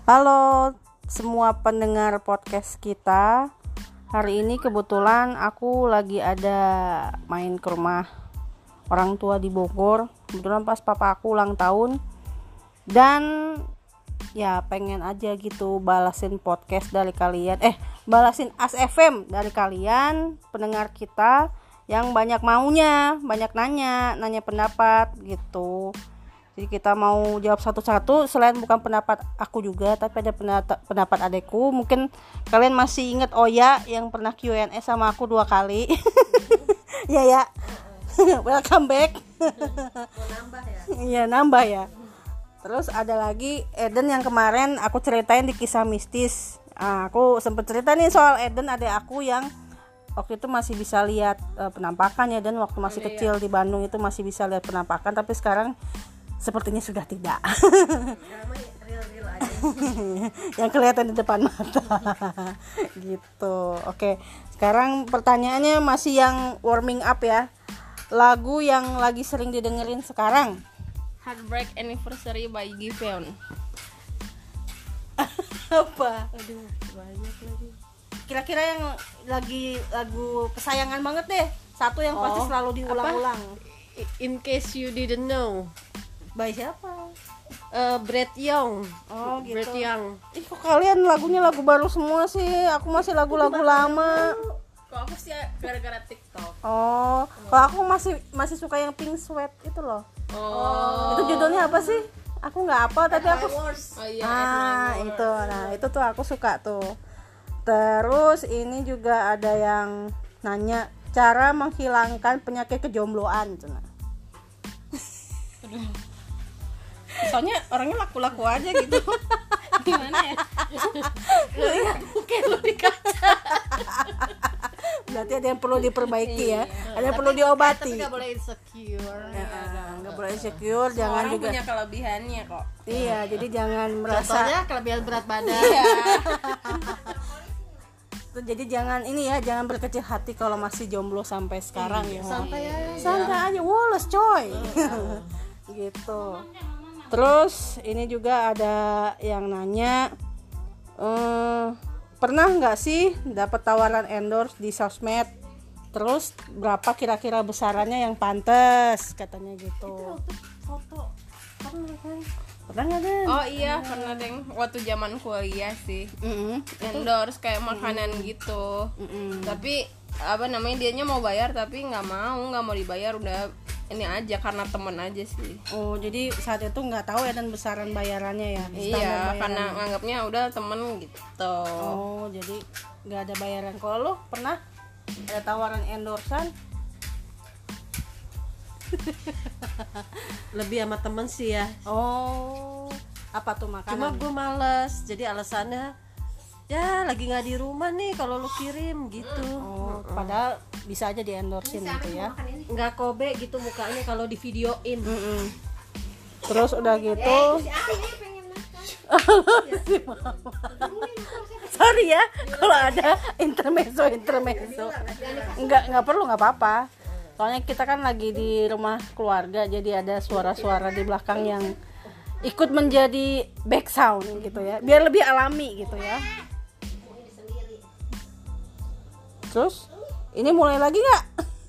Halo semua pendengar podcast kita. Hari ini kebetulan aku lagi ada main ke rumah orang tua di Bogor. Kebetulan pas papa aku ulang tahun. Dan ya pengen aja gitu balasin podcast dari kalian. Balasin As FM dari kalian pendengar kita yang banyak maunya, banyak nanya pendapat gitu. Jadi kita mau jawab satu-satu, selain bukan pendapat aku juga, tapi ada pendapat adekku. Mungkin kalian masih ingat Oya yang pernah Q&A sama aku 2 kali. Ya. Welcome back. Mau nambah ya? Iya, nambah ya. Terus ada lagi Eden yang kemarin aku ceritain di kisah mistis. Aku sempet cerita nih soal Eden, adek aku yang waktu itu masih bisa lihat penampakan ya, dan waktu masih kecil di Bandung itu masih bisa lihat penampakan, tapi sekarang sepertinya sudah tidak. Real aja. Yang kelihatan di depan mata. Gitu. Oke. Sekarang pertanyaannya masih yang warming up ya. Lagu yang lagi sering didengerin sekarang. Heartbreak Anniversary by Giveon. Apa? Aduh, banyak lagi. Kira-kira yang lagi lagu kesayangan banget deh. Satu yang pasti selalu diulang-ulang. In case you didn't know, By siapa? Brett Young. Oh gitu. Brett Young. Ih, kok kalian lagunya lagu baru semua sih? Aku masih lagu-lagu lama. Kok aku sih gara-gara TikTok. Oh, kalau aku masih suka yang Pink Sweat itu loh. Oh. Itu judulnya apa sih? Aku nggak apa, tapi aku Oh iya. itu. Nah, itu tuh aku suka tuh. Terus ini juga ada yang nanya cara menghilangkan penyakit kejombloan, cina. Soalnya orangnya laku-laku aja gitu. Gimana ya? Kayak lu di kaca. Berarti ada yang perlu diperbaiki ya. Ada yang perlu diobati. Tapi nggak boleh insecure. Nggak boleh insecure, jangan Orang juga. punya kelebihannya kok. Iya, jadi jangan merasa. Contohnya kelebihan berat badan. Iya. Jadi jangan jangan berkecil hati kalau masih jomblo sampai sekarang ya. Santai aja. Santai aja, woles coy. Gitu. Terus ini juga ada yang nanya, pernah nggak sih dapat tawaran endorse di sosmed? Terus berapa kira-kira besarannya yang pantas? Katanya gitu. Foto. Pernah nggak deh? Oh iya, pernah deng waktu zaman kuliah sih. Endorse kayak makanan gitu. Tapi dianya mau bayar tapi nggak mau dibayar, udah ini aja karena temen aja sih. Oh, jadi saat itu nggak tahu ya dan besaran bayarannya ya? Iya, bayarannya. karena nganggapnya udah temen gitu. Oh, jadi nggak ada bayaran. Kalau lo pernah ada tawaran endorsan? Lebih sama temen sih ya. Oh, apa tuh Cuma makanan? gue males. Jadi alasannya ya lagi nggak di rumah nih kalau lu kirim gitu. Oh, padahal bisa aja di endorsein gitu ya. Nggak kobe gitu mukanya kalau di videoin. Terus udah gitu. Sorry ya kalau ada intermezzo. Nggak perlu, nggak apa-apa. Soalnya kita kan lagi di rumah keluarga, jadi ada suara-suara di belakang yang ikut menjadi background gitu ya, biar lebih alami gitu ya. Terus ini mulai lagi nggak?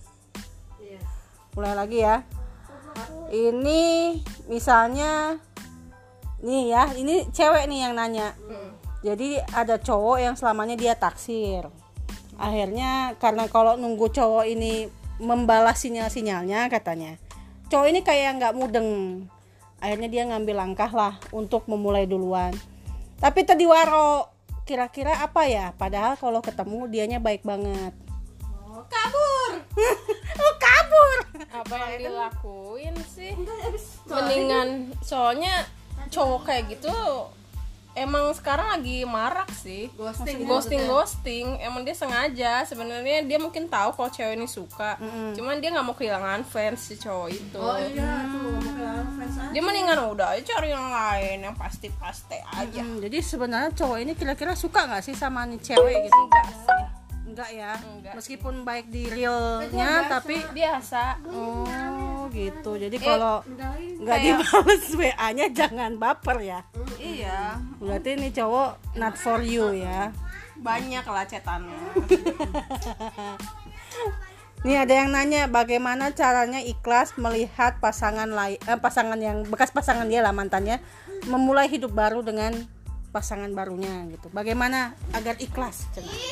Mulai lagi ya. Ini misalnya nih ya, ini cewek nih yang nanya. Jadi ada cowok yang selamanya dia taksir. Akhirnya karena kalau nunggu cowok ini membalas sinyal-sinyalnya, katanya cowok ini kayak nggak mudeng. Akhirnya dia ngambil langkah lah untuk memulai duluan. Tapi tadi waro, kira-kira apa ya? Padahal kalau ketemu dianya baik banget. Kabur. Kabur. Apa yang dilakuin sih? Mendingan, soalnya cowok kayak gitu emang sekarang lagi marak sih. Ghosting. Emang dia sengaja. Sebenarnya dia mungkin tahu kalau cewek ini suka. Cuman dia nggak mau kehilangan fans si cowok itu. Oh iya, tuh fans aja. Dia mendingan udah aja cari yang lain, yang pasti aja. Jadi sebenarnya cowok ini kira-kira suka nggak sih sama nih cewek gitu? Enggak sih. Enggak ya. Enggak. Meskipun baik di realnya tapi Biasa. oh gitu. Jadi kalau nggak dibales WA-nya jangan baper ya. Iya, Berarti ini cowok not for you ya. banyak lah cetannya. Nih ada yang nanya bagaimana caranya ikhlas melihat pasangan pasangan yang bekas pasangan dia lah, mantannya memulai hidup baru dengan pasangan barunya gitu. Bagaimana agar ikhlas?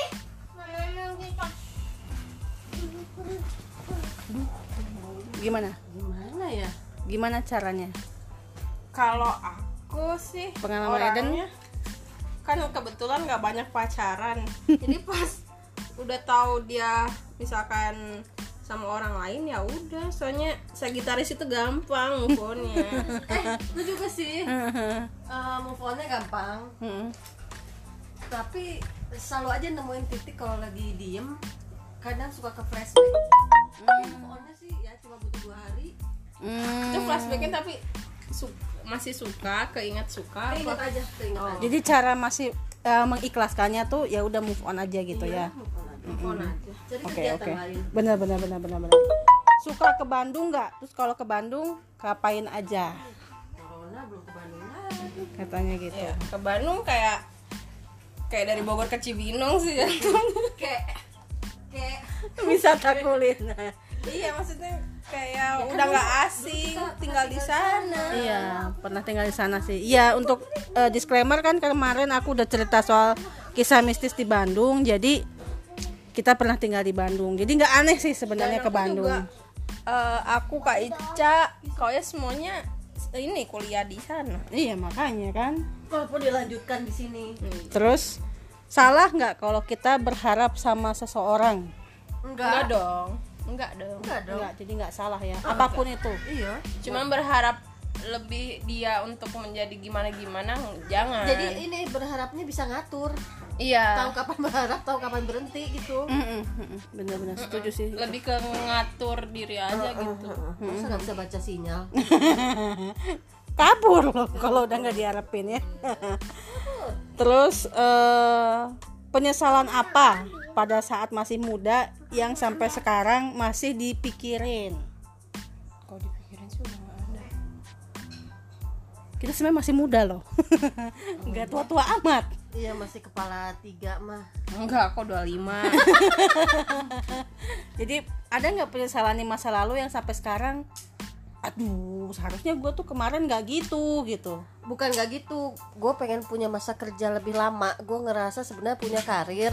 Gimana? Gimana ya? Gimana caranya? Kalau aku sih Pengalaman orangnya kan kebetulan nggak banyak pacaran. Jadi pas udah tahu dia misalkan sama orang lain ya udah, soalnya Sagitaris itu gampang move on-nya. Itu juga sih. Move on-nya gampang. Tapi selalu aja nemuin titik kalau lagi diem, kadang suka ke flashback. Move on-nya sih ya cuma butuh 2 hari. Itu flashbacknya tapi masih suka, keinget suka. Keinget aja. Jadi cara masih mengikhlaskannya tuh ya udah move on aja gitu ya. Move on aja. Jadi Oke. kegiatan lain. Benar. Suka ke Bandung nggak? Terus kalau ke Bandung ngapain aja? Corona belum ke Bandung lagi. Katanya gitu. Ya, ke Bandung kayak dari Bogor ke Cibinong sih ya. Kayak Wisata kuliner. Iya, maksudnya kayak udah nggak asing tinggal di sana. Iya, pernah tinggal di sana sih. Iya, untuk disclaimer kan kemarin aku udah cerita soal kisah mistis di Bandung. Jadi kita pernah tinggal di Bandung. Jadi nggak aneh sih sebenarnya ke Bandung. Juga, aku Kak Ica, ya semuanya ini kuliah di sana. Iya, makanya kan. walaupun dilanjutkan di sini. Terus salah nggak kalau kita berharap sama seseorang? Enggak dong. Enggak dong. Enggak, jadi nggak salah ya. Apapun itu. Iya. Cuman berharap lebih dia untuk menjadi gimana jangan. Jadi ini berharapnya bisa ngatur. iya, Tahu kapan berharap, tahu kapan berhenti gitu. Bener-bener setuju sih. lebih ke ngatur diri aja gitu. Masa nggak bisa baca sinyal? Kabur loh kalau udah nggak diharapin ya. Terus penyesalan apa pada saat masih muda yang sampai sekarang masih dipikirin? Kalau dipikirin sih udah nggak ada. Kita sebenarnya masih muda loh. Nggak tua-tua amat. Iya, masih kepala 3 mah. Enggak, aku 25. Jadi ada nggak penyesalan di masa lalu yang sampai sekarang, aduh seharusnya gue tuh kemarin nggak gitu. Bukan nggak gitu, gue pengen punya masa kerja lebih lama. Gue ngerasa sebenarnya punya karir,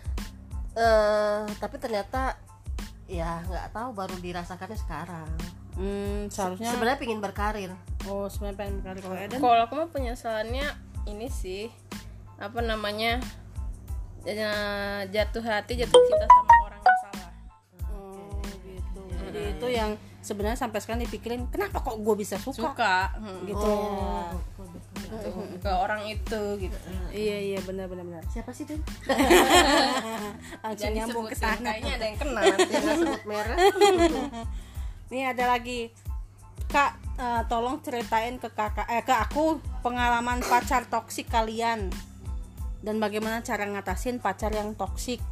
tapi ternyata ya nggak tahu, baru dirasakannya sekarang. Seharusnya. Sebenarnya pengen berkarir. Oh, sebenarnya pengen berkali. Kalau Eden? Kalau aku mah penyesalannya ini sih, apa namanya, jatuh cinta sama orang yang salah. Oh gitu. Jadi itu yang sebenarnya sampai sekarang dipikirin, kenapa kok gue bisa suka? Gitu. Ke orang itu gitu. Iya benar. Siapa sih tuh? Langsung nyambung ke Disebutin, sana. kayaknya ada yang kenal. Jangan sebut merah. Nih ada lagi, Kak, tolong ceritain ke aku pengalaman pacar toksik kalian dan bagaimana cara ngatasin pacar yang toksik.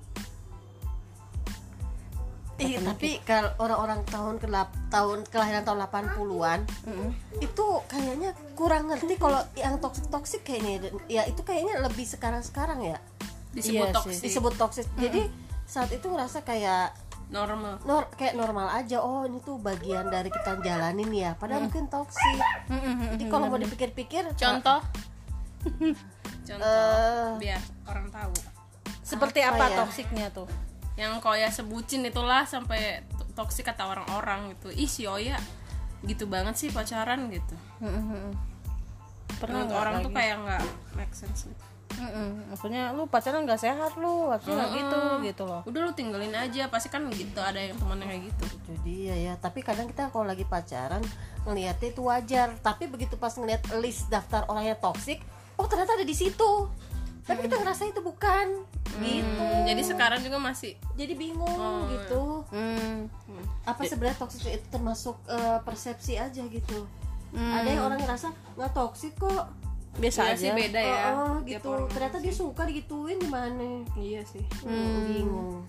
Tapi kalau orang-orang tahun kelahiran tahun 80-an itu kayaknya kurang ngerti kalau yang toksik kayaknya ya itu kayaknya lebih sekarang ya Disebut Iya toksik. disebut toksik. Jadi saat itu ngerasa kayak Normal. kayak normal aja. Oh, ini tuh bagian dari kita jalanin ya. Padahal mungkin toksik. Jadi kalau mau dipikir-pikir, Contoh biar orang tahu. Seperti Apa apa ya? toksiknya tuh? Yang kayak sebutin itulah sampai toksik kata orang-orang gitu. Ih, si Oya gitu banget sih pacaran gitu. Pernah Menurut nggak orang lagi? tuh kayak nggak make sense gitu. Maksudnya lu pacaran nggak sehat, lu harusnya nggak gitu loh. Udah lu tinggalin aja, pasti kan gitu, ada yang temannya kayak gitu. jadi ya. Tapi kadang kita kalau lagi pacaran ngelihatnya itu wajar. Tapi begitu pas ngelihat list daftar orangnya toksik, oh ternyata ada di situ. Tapi kita ngerasa itu bukan gitu. Jadi sekarang juga masih Jadi bingung gitu. Apa sebenarnya toksik itu termasuk persepsi aja gitu. Ada yang orang ngerasa nggak toksik kok. Biasa iya aja. sih beda ya. Oh Tiap gitu. orang Ternyata dia suka digituin gimana? iya sih. Bingung.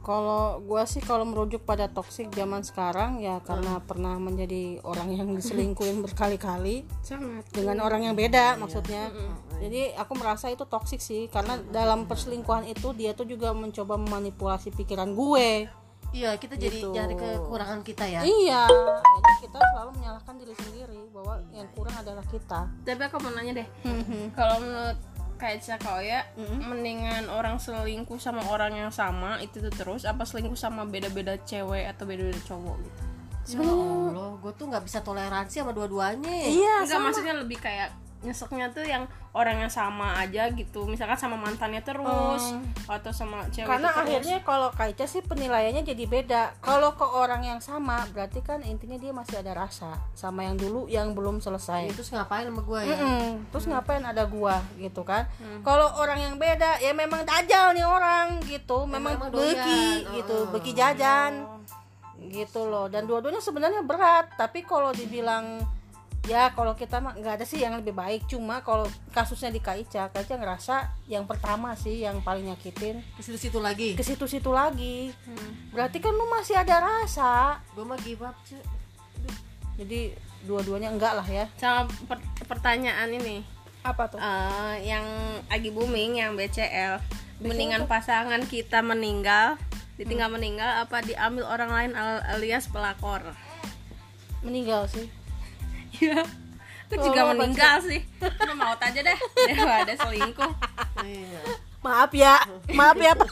Kalau gua sih kalau merujuk pada toksik zaman sekarang ya karena pernah menjadi orang yang diselingkuhin berkali-kali Sangat. dengan orang yang beda maksudnya. Jadi aku merasa itu toksik sih karena dalam perselingkuhan itu dia tuh juga mencoba memanipulasi pikiran gue. Iya, kita jadi Gitu. nyari kekurangan kita ya. Iya, jadi kita selalu menyalahkan diri sendiri bahwa yang kurang adalah kita. Tapi aku mau nanya deh, kalau menurut kayak Cakoya, mendingan orang selingkuh sama orang yang sama itu tuh terus, apa selingkuh sama beda-beda cewek atau beda-beda cowok gitu? Ya Allah, gue tuh nggak bisa toleransi sama dua-duanya. Iya, Enggak, maksudnya lebih kayak nyeseknya tuh yang orang yang sama aja gitu, misalkan sama mantannya terus atau sama cewek karena itu terus. akhirnya kalau Kaica sih penilaiannya jadi beda. Kalau ke orang yang sama berarti kan intinya dia masih ada rasa sama yang dulu yang belum selesai. Terus ngapain sama gue ya? Terus ngapain ada gua gitu kan? Kalau orang yang beda ya memang dajal nih orang gitu, memang memang beki doyan. gitu, beki jajan gitu loh. Dan dua-duanya sebenarnya berat, tapi kalau dibilang ya kalau kita mah nggak ada sih yang lebih baik. Cuma kalau kasusnya di Kaica ngerasa yang pertama sih yang paling nyakitin Ke situ-situ lagi. ke situ-situ lagi. Berarti kan lu masih ada rasa. Gue mah give up, cuy. Jadi dua-duanya enggak lah ya. Sama pertanyaan ini, Apa tuh? yang lagi booming yang BCL, mendingan pasangan kita meninggal, ditinggal meninggal apa diambil orang lain alias pelakor? Meninggal sih. Iya, aku juga meninggal sih. Udah maut aja deh daripada selingkuh. Iya. Maaf ya Pak.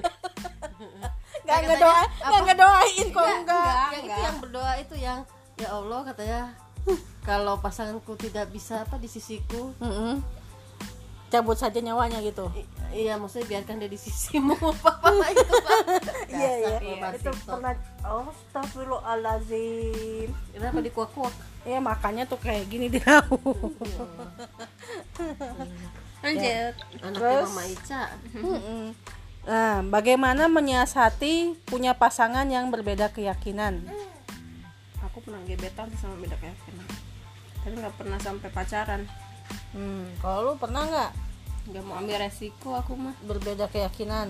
Nggak ngedoain kok enggak. Yang itu yang berdoa itu yang ya Allah katanya kalau pasanganku tidak bisa di sisiku, Cabut saja nyawanya gitu. iya maksudnya biarkan dia di sisimu apa itu Pak. Iya Dasar itu TikTok. pernah. Astagfirullahaladzim. Kenapa dikuak-kuak? Ya makanya tuh kayak gini dia. Lanjut. Anaknya Terus? Mama Ica. Nah, bagaimana menyiasati punya pasangan yang berbeda keyakinan? Aku pernah gebetan sama beda keyakinan, tapi nggak pernah sampai pacaran. Kalau lu pernah nggak Nggak mau ambil resiko aku mah. berbeda keyakinan?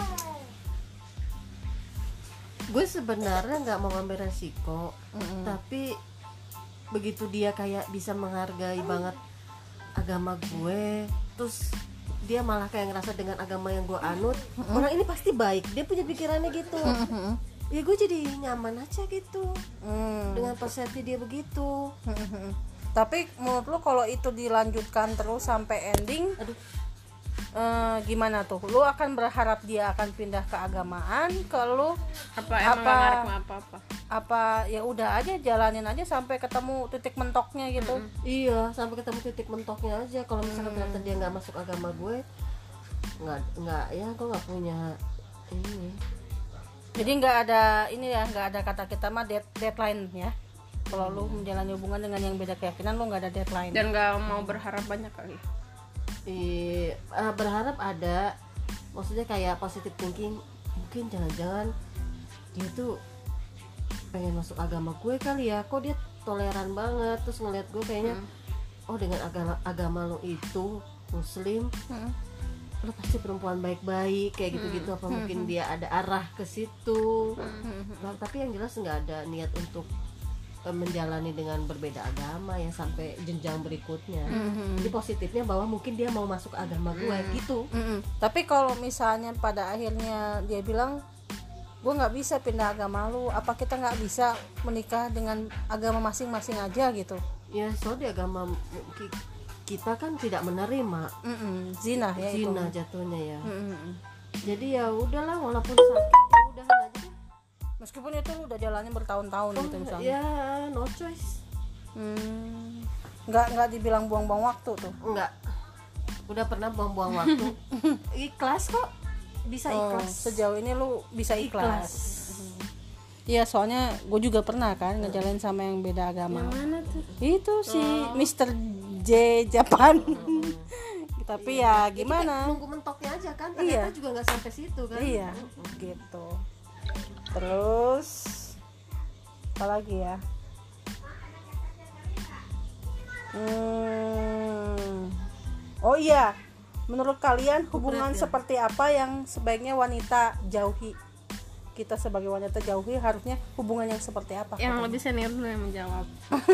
Gue sebenarnya nggak mau ngambil resiko, tapi begitu dia kayak bisa menghargai banget agama gue, terus dia malah kayak ngerasa dengan agama yang gue anut, orang ini pasti baik, dia punya pikirannya gitu. Ya gue jadi nyaman aja gitu dengan persepsi dia begitu. Tapi menurut lu kalau itu dilanjutkan terus sampai ending, gimana tuh? Lu akan berharap dia akan pindah ke agamaan? Ke lu Apa emang nggak ngarep apa-apa? apa ya udah aja jalanin aja sampai ketemu titik mentoknya gitu? Iya, sampai ketemu titik mentoknya aja. Kalau misalnya ternyata dia nggak masuk agama gue, nggak ya gue nggak punya ini. Jadi nggak ada ini ya, nggak ada kata kita mah deadline ya. Kalau lu menjalani hubungan dengan yang beda keyakinan, lu nggak ada deadline. Dan nggak mau berharap banyak kali. Berharap ada, maksudnya kayak positive thinking, mungkin jangan-jangan dia tuh pengen masuk agama gue kali ya, kok dia toleran banget, terus ngeliat gue kayaknya oh dengan agama lo itu muslim, lo pasti perempuan baik-baik kayak gitu-gitu, apa mungkin dia ada arah ke situ. Nah, tapi yang jelas nggak ada niat untuk menjalani dengan berbeda agama ya sampai jenjang berikutnya. Jadi positifnya bahwa mungkin dia mau masuk agama gue gitu. Tapi kalau misalnya pada akhirnya dia bilang gue nggak bisa pindah agama lu, apa kita nggak bisa menikah dengan agama masing-masing aja gitu? Ya soalnya di agama kita kan tidak menerima Zina ya zina itu. jatuhnya ya. Jadi ya udahlah, walaupun sakit ya udahan aja deh. Meskipun itu lu udah jalannya bertahun-tahun gitu misalnya. Ya no choice. Nggak dibilang buang-buang waktu tuh. Enggak, udah pernah buang-buang waktu. Ikhlas kok, bisa ikhlas. Sejauh ini lu bisa ikhlas. Iya, soalnya gue juga pernah kan ngejalanin sama yang beda agama. Yang mana tuh? Itu si Mr. J Japan. Tapi ya gimana? Nunggu mentoknya aja kan, ternyata juga nggak sampai situ kan. Iya, gitu. Terus apa lagi ya? Oh iya, menurut kalian hubungan seperti apa yang sebaiknya wanita jauhi? kita sebagai wanita jauhi harusnya hubungan yang seperti apa? Yang katanya? lebih senior dulu yang menjawab.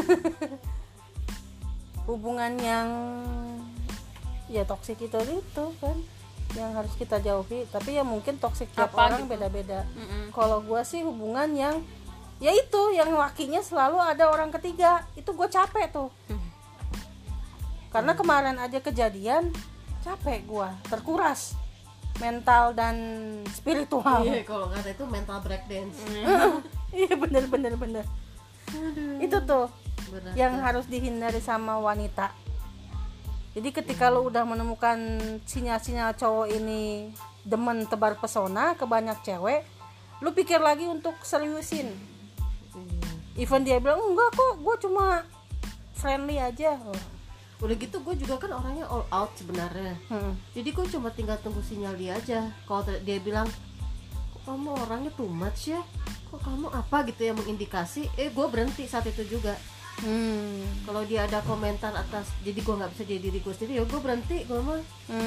Hubungan yang ya toksik itu kan yang harus kita jauhi, tapi ya mungkin toksik tiap Apa orang gitu? beda-beda. Kalau gue sih hubungan yang ya itu yang lakinya selalu ada orang ketiga, itu gue capek tuh. Karena kemarin aja kejadian, capek gue, terkuras mental dan spiritual. Iya, kalau kata itu mental breakdance. Iya bener. Itu tuh Berat. yang harus dihindari sama wanita. Jadi ketika lu udah menemukan sinyal-sinyal cowok ini demen tebar pesona ke banyak cewek, lu pikir lagi untuk seriusin. Even dia bilang enggak kok, gue cuma friendly aja. Udah gitu gue juga kan orangnya all out sebenarnya. Jadi gue cuma tinggal tunggu sinyal dia aja. Kalau dia bilang, kok kamu orangnya too much ya, kok kamu apa gitu yang mengindikasi, gue berhenti saat itu juga. Kalau dia ada komentar atas, jadi gue nggak bisa jadi diri gue sendiri, ya gue berhenti, gue mah.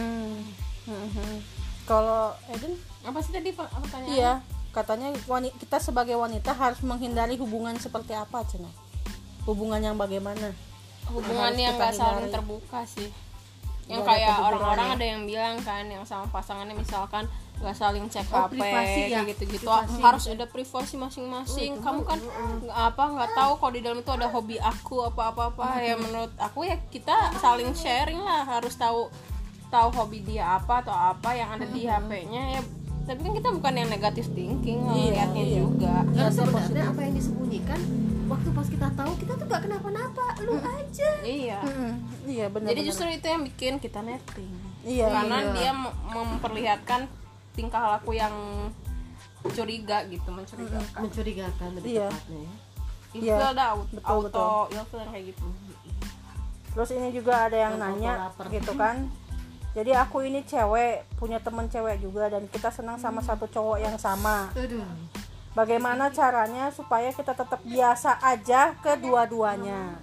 Kalau Eden, Apa sih tadi pertanyaannya? iya katanya kita sebagai wanita harus menghindari hubungan seperti apa, Cina? Hubungan yang bagaimana? Hubungan Harus yang kita nggak saling hindari. terbuka sih. Yang Nggak ada kayak kejujuran orang-orang ya. ada yang bilang kan, yang sama pasangannya misalkan nggak saling cek Oh, HP privasi ya? kayak gitu-gitu. Privasi. Harus ada privasi masing-masing. Kamu kan nggak tahu kalau di dalam itu ada hobi aku apa-apa. Ya menurut aku ya kita saling sharing lah, harus tahu hobi dia apa atau apa yang ada di HP-nya ya. Tapi kan kita bukan yang negatif thinking ngeliatnya juga. Karena sebenarnya apa yang disembunyikan, waktu pas kita tahu kita tuh gak kenapa-napa, lu aja. Iya. Iya benar. Jadi justru itu yang bikin kita netting. Iya. Karena dia memperlihatkan tingkah laku yang curiga gitu, mencurigakan. Mencurigakan lebih Iya. tepatnya ya. Ilfil dah, betul. auto ilfil kayak gitu. Terus ini juga ada yang Auto nanya lapar. gitu kan. Jadi aku ini cewek, punya temen cewek juga dan kita senang sama satu cowok yang sama. Aduh. Bagaimana caranya supaya kita tetap biasa aja kedua-duanya?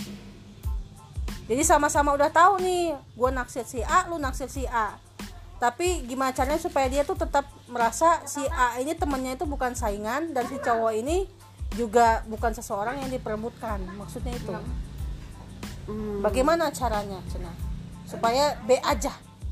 Jadi sama-sama udah tahu nih, gue naksir si A, lu naksir si A. Tapi gimana caranya supaya dia tuh tetap merasa si A ini temennya itu bukan saingan dan si cowok ini juga bukan seseorang yang diperebutkan. Maksudnya itu. Bagaimana caranya, Cina? Supaya B aja.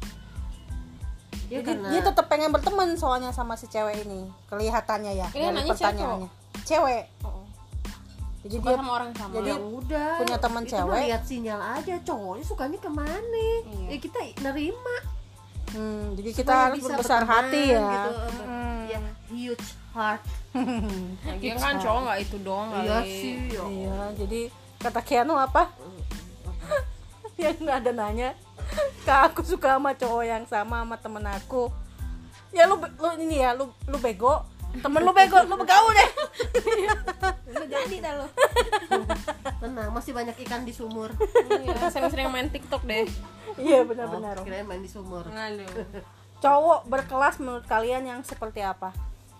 Ya, Jadi karena dia tetap pengen berteman soalnya sama si cewek ini. Kelihatannya ya Ini dari nanya pertanyaannya. Cewek. Jadi Suka dia sama orang sama. jadi ya udah punya teman itu cewek. mah lihat sinyal aja, cowoknya sukanya kemana. Ya kita nerima. jadi kita Supaya harus bisa berbesar berteman hati ya. gitu. Ya, huge heart. Lagian kan cowok nggak itu doang Iya kali. sih. Ya. Iya, jadi kata Keanu apa? Yang nggak ada nanya. Kak, aku suka sama cowok yang sama temen aku. Ya lu ini ya, lu bego. Temen lu bego, lu begaul deh. Lu jadi dah lo. Tenang, masih banyak ikan di sumur. Iya, sering-sering main TikTok deh. Iya benar-benar. Kirain main di sumur. Aduh. Cowok berkelas menurut kalian yang seperti apa?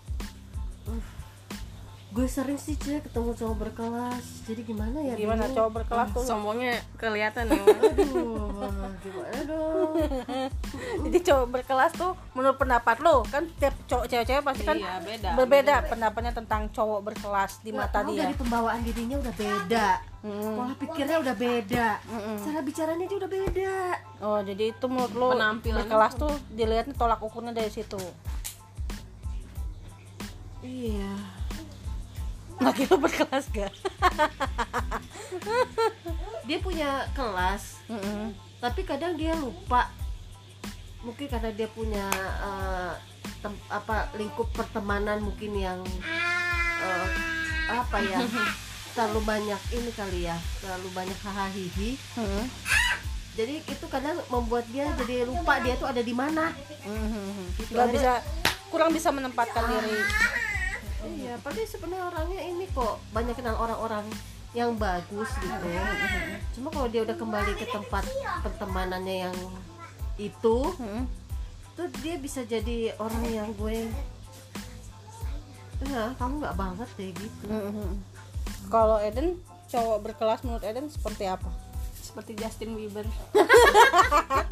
Gue sering sih ketemu cowok berkelas. Jadi gimana ya? Gimana bingung. cowok berkelas tuh? Sombongnya kelihatan ya. Aduh, gimana dong? Jadi cowok berkelas tuh menurut pendapat lo kan tiap cowok cewek-cewek pasti kan Iya, beda. berbeda pendapatnya tentang cowok berkelas di mata Tahu dia. dari pembawaan dirinya udah beda. Pola pikirnya udah beda. Cara bicaranya dia udah beda. Oh, jadi itu menurut lo Penampilannya berkelas tuh dilihatnya tolak ukurnya dari situ. Iya. Lagi lo berkelas gak? Dia punya kelas, tapi kadang dia lupa. Mungkin karena dia punya lingkup pertemanan mungkin yang terlalu banyak ini kali ya, terlalu banyak hahaha. Jadi itu kadang membuat dia jadi lupa dia tuh ada di mana. Gitu. Gak bisa, kurang bisa menempatkan diri. Iya, padahal sebenarnya orangnya ini kok banyak kenal orang-orang yang bagus gitu. Cuma kalau dia udah kembali ke tempat pertemanannya yang itu, tuh dia bisa jadi orang yang gue, ya kamu nggak banget deh gitu. Kalau Eden, cowok berkelas menurut Eden seperti apa? Seperti Justin Bieber.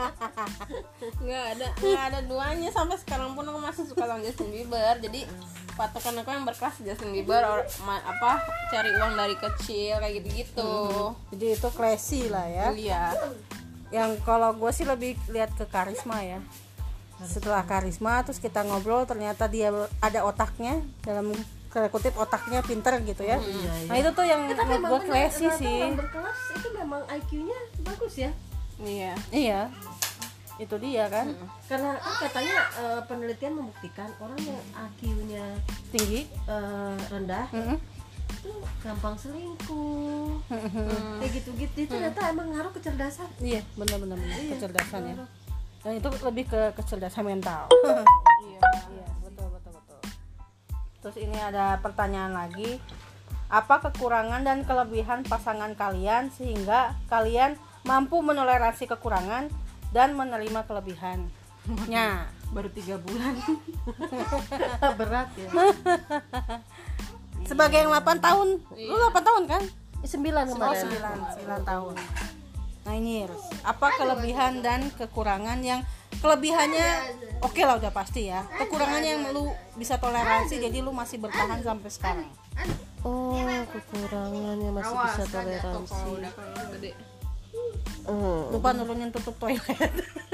nggak ada duanya, sampai sekarang pun aku masih suka sama Justin Bieber. Jadi patokan aku yang berkelas Justin Bieber cari uang dari kecil kayak gitu-gitu. Jadi itu classy lah ya. Iya. Yang kalau gue sih lebih lihat ke karisma ya. Setelah karisma terus kita ngobrol ternyata dia ada otaknya, dalam kutip otaknya pinter gitu ya. Nah itu tuh yang menurut gue classy sih. Orang berkelas itu memang IQ-nya bagus ya. Iya. Itu dia kan. Karena katanya penelitian membuktikan orang yang IQ-nya Tinggi. rendah itu gampang selingkuh. Kayak gitu-gitu itu ternyata emang ngaruh kecerdasan. Iya, benar-benar kecerdasan ya. Dan itu lebih ke kecerdasan mental. Iya, betul. Terus ini ada pertanyaan lagi. Apa kekurangan dan kelebihan pasangan kalian sehingga kalian mampu menoleransi kekurangan dan menerima kelebihannya? Baru 3 bulan. Berat ya. Sebagai yang 8 tahun. Lu 8 tahun kan? 9 kemarin. 9 tahun. Nah ini apa kelebihan dan kekurangan yang kelebihannya oke lah udah pasti ya. Kekurangannya yang lu bisa toleransi jadi lu masih bertahan sampai sekarang. Oh, kekurangannya masih bisa toleransi. Gede. Lupa nurunin tutup toilet.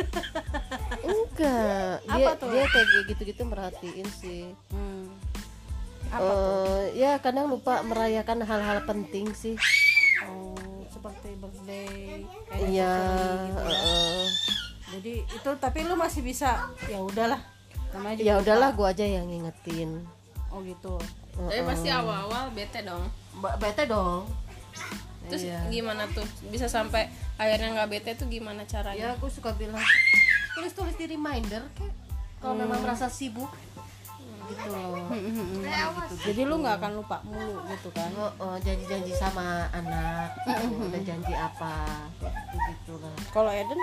Enggak. Dia kayak gitu-gitu merhatiin sih. Ya kadang lupa merayakan hal-hal penting sih. Seperti birthday. Iya. Gitu ya. Jadi itu tapi lu masih bisa ya udahlah. Ya udahlah gua aja yang ngingetin. Oh gitu. Tapi pasti awal-awal bete dong. Bete dong. Terus gimana tuh bisa sampai akhirnya nggak bete tuh gimana caranya? Ya aku suka bilang tulis di reminder kayak kalau memang merasa sibuk gitu loh. Jadi lu nggak akan lupa mulu gitu kan? Janji-janji sama anak gitu, udah janji apa gitu lah. Kalau Eden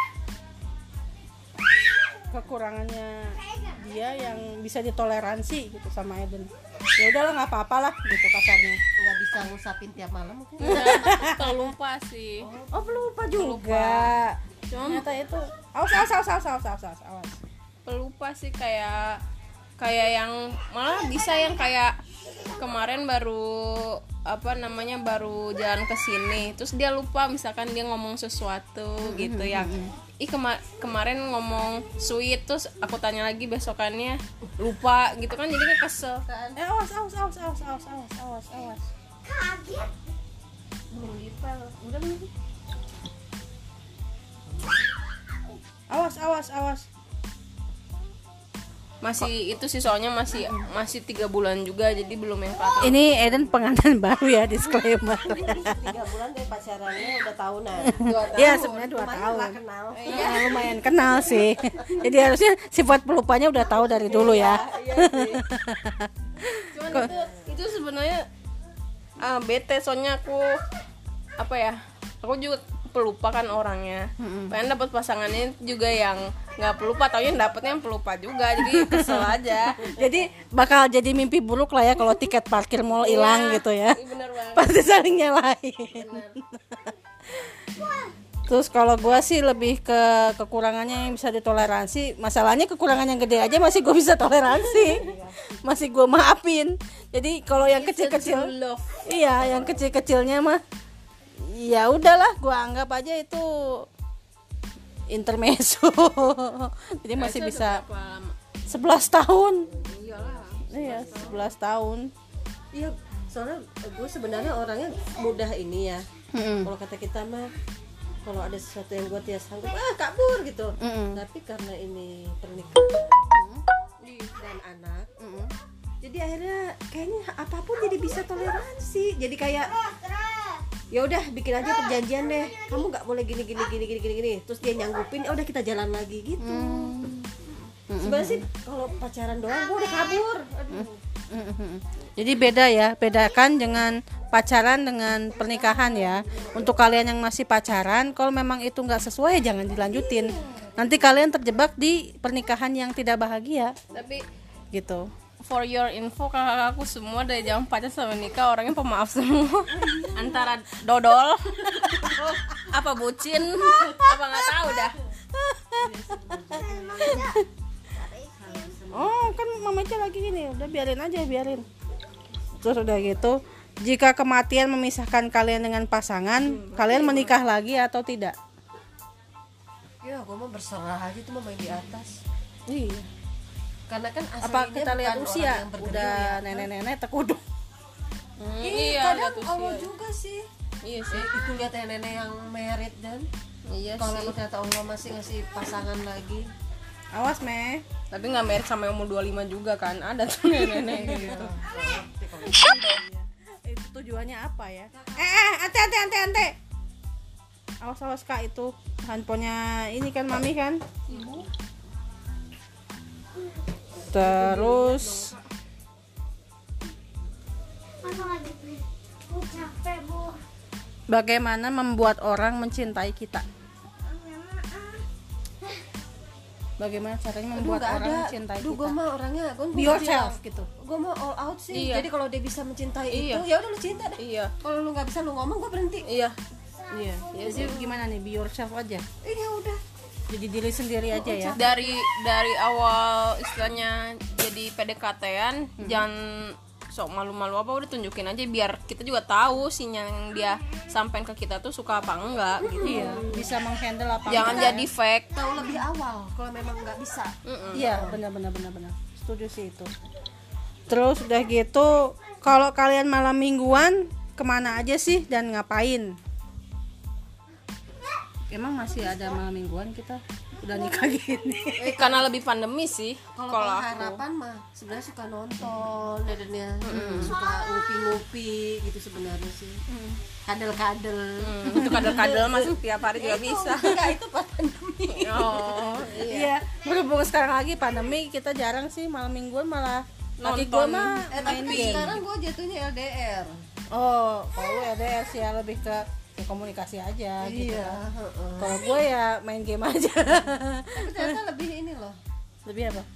kekurangannya dia yang bisa ditoleransi gitu sama Eden. Ya udahlah nggak apa-apa lah gitu kasarnya. Nggak bisa ngusapin tiap malam mungkin. Pelupa sih. Oh pelupa juga. Ternyata itu. Awas. Pelupa sih kayak yang malah bisa yang kayak kemarin baru baru jalan ke sini terus dia lupa misalkan dia ngomong sesuatu gitu yang kemarin ngomong sweet terus aku tanya lagi besokannya lupa gitu kan jadi kesel kan. Awas. Kaget. Belum dipel. Udah belum? Awas. Masih itu sih soalnya masih 3 bulan juga jadi belum yang kelihatan. Ini Eden pengantin baru ya, disclaimer. 3 bulan dari pacarannya udah tahunan. 2 tahun. Iya sebenarnya 2 tahun. Kenal. Lumayan kenal sih. Jadi harusnya sifat pelupanya udah tahu dari dulu ya. Iya sih. Cuman itu sebenarnya bete soalnya aku juga pelupa kan orangnya. Pengen dapat pasangannya juga yang nggak pelupa, taunya dapetnya yang pelupa juga, jadi kesel aja. Jadi bakal jadi mimpi buruk lah ya kalau tiket parkir mall hilang gitu ya. Bener banget. Pasti saling nyalahin. Terus kalau gue sih lebih ke kekurangannya yang bisa ditoleransi. Masalahnya kekurangan yang gede aja masih gue bisa toleransi, masih gue maafin. Jadi kalau yang kecil-kecil, iya yang kecil-kecilnya mah ya udahlah, gue anggap aja itu intermezzo. Jadi masih bisa 11 tahun. Iya 11 tahun. Iya soalnya gue sebenarnya orangnya mudah ini ya. Kalau kata kita mah kalau ada sesuatu yang gue tidak sanggup kabur gitu. Tapi karena ini pernikahan dan anak, jadi akhirnya kayaknya apapun jadi bisa toleransi. Jadi kayak ya udah bikin aja perjanjian deh, kamu nggak boleh gini, terus dia nyanggupin, udah kita jalan lagi gitu. Sebenarnya sih kalau pacaran doang gue udah kabur. Jadi beda ya, bedakan dengan pacaran dengan pernikahan ya. Untuk kalian yang masih pacaran, kalau memang itu nggak sesuai jangan dilanjutin. Nanti kalian terjebak di pernikahan yang tidak bahagia. Tapi gitu. For your info, kakak-kakakku semua dari zaman pacaran sampai nikah orangnya pemaaf semua. Antara dodol, apa bucin, apa nggak tahu dah. Oh kan Mama Ica lagi gini, udah biarin aja, biarin. Terus udah gitu, jika kematian memisahkan kalian dengan pasangan, kalian menikah lagi atau tidak? Ya gue mah berserah aja tuh, mah main di atas. Iya. Karena kan Apa aslinya kita lihat bukan usia? orang yang bergerak Udah ya. nenek-nenek tekuduk. Iya, Kadang lihat usia. Allah juga sih. Iya sih. Itu lihat nenek yang merit dan Iya kalau sih. ternyata Allah masih ngasih pasangan lagi. Awas Meh. Tapi nggak merit sama umur 25 juga kan, ada tuh nenek gitu. Itu tujuannya apa ya? Ante. Awas Kak, itu handphonenya ini kan Mami kan. Terus bagaimana membuat orang mencintai kita? Bagaimana caranya membuat Nggak orang ada. mencintai Duh, gue kita? mah orangnya Be yourself gitu. Gue mah all out sih. Iya. Jadi kalau dia bisa mencintai Iya. itu, ya udah lu cinta deh. Iya. Kalau lu nggak bisa lu ngomong, gue berhenti. Iya. Iya. Jadi gimana nih, be yourself aja. Iya udah. Jadi diri sendiri aja ya. Dari awal istilahnya jadi PDKT-an, jangan sok malu-malu apa, udah tunjukin aja biar kita juga tahu sinyal yang dia sampein ke kita tuh suka apa enggak gitu. Iya, bisa menghandle apa Jangan enggak. jadi fake. Tahu lebih awal kalau memang nggak bisa. Iya, benar. Setuju sih itu. Terus udah gitu, kalau kalian malam mingguan kemana aja sih dan ngapain? Emang masih ada malam mingguan kita? Udah nikah gini. Karena lebih pandemi sih. Kalau Kalau aku harapan mah sebenarnya suka nonton, dan suka ngupi-ngupi gitu sebenarnya sih. Kadel-kadel. untuk kadal-kadal masih tiap hari juga bisa. Enggak, itu pas pandemi. Oh, Iya, berhubung sekarang lagi pandemi kita jarang sih malam mingguan, malah lagi gue Nonton. mah main Tapi game. sekarang gue jatuhnya LDR. Oh, kalau lu LDR sih ya lebih ke komunikasi aja gitu. Iya, Kalau gue ya main game aja. Tapi ternyata lebih ini loh. Lebih apa?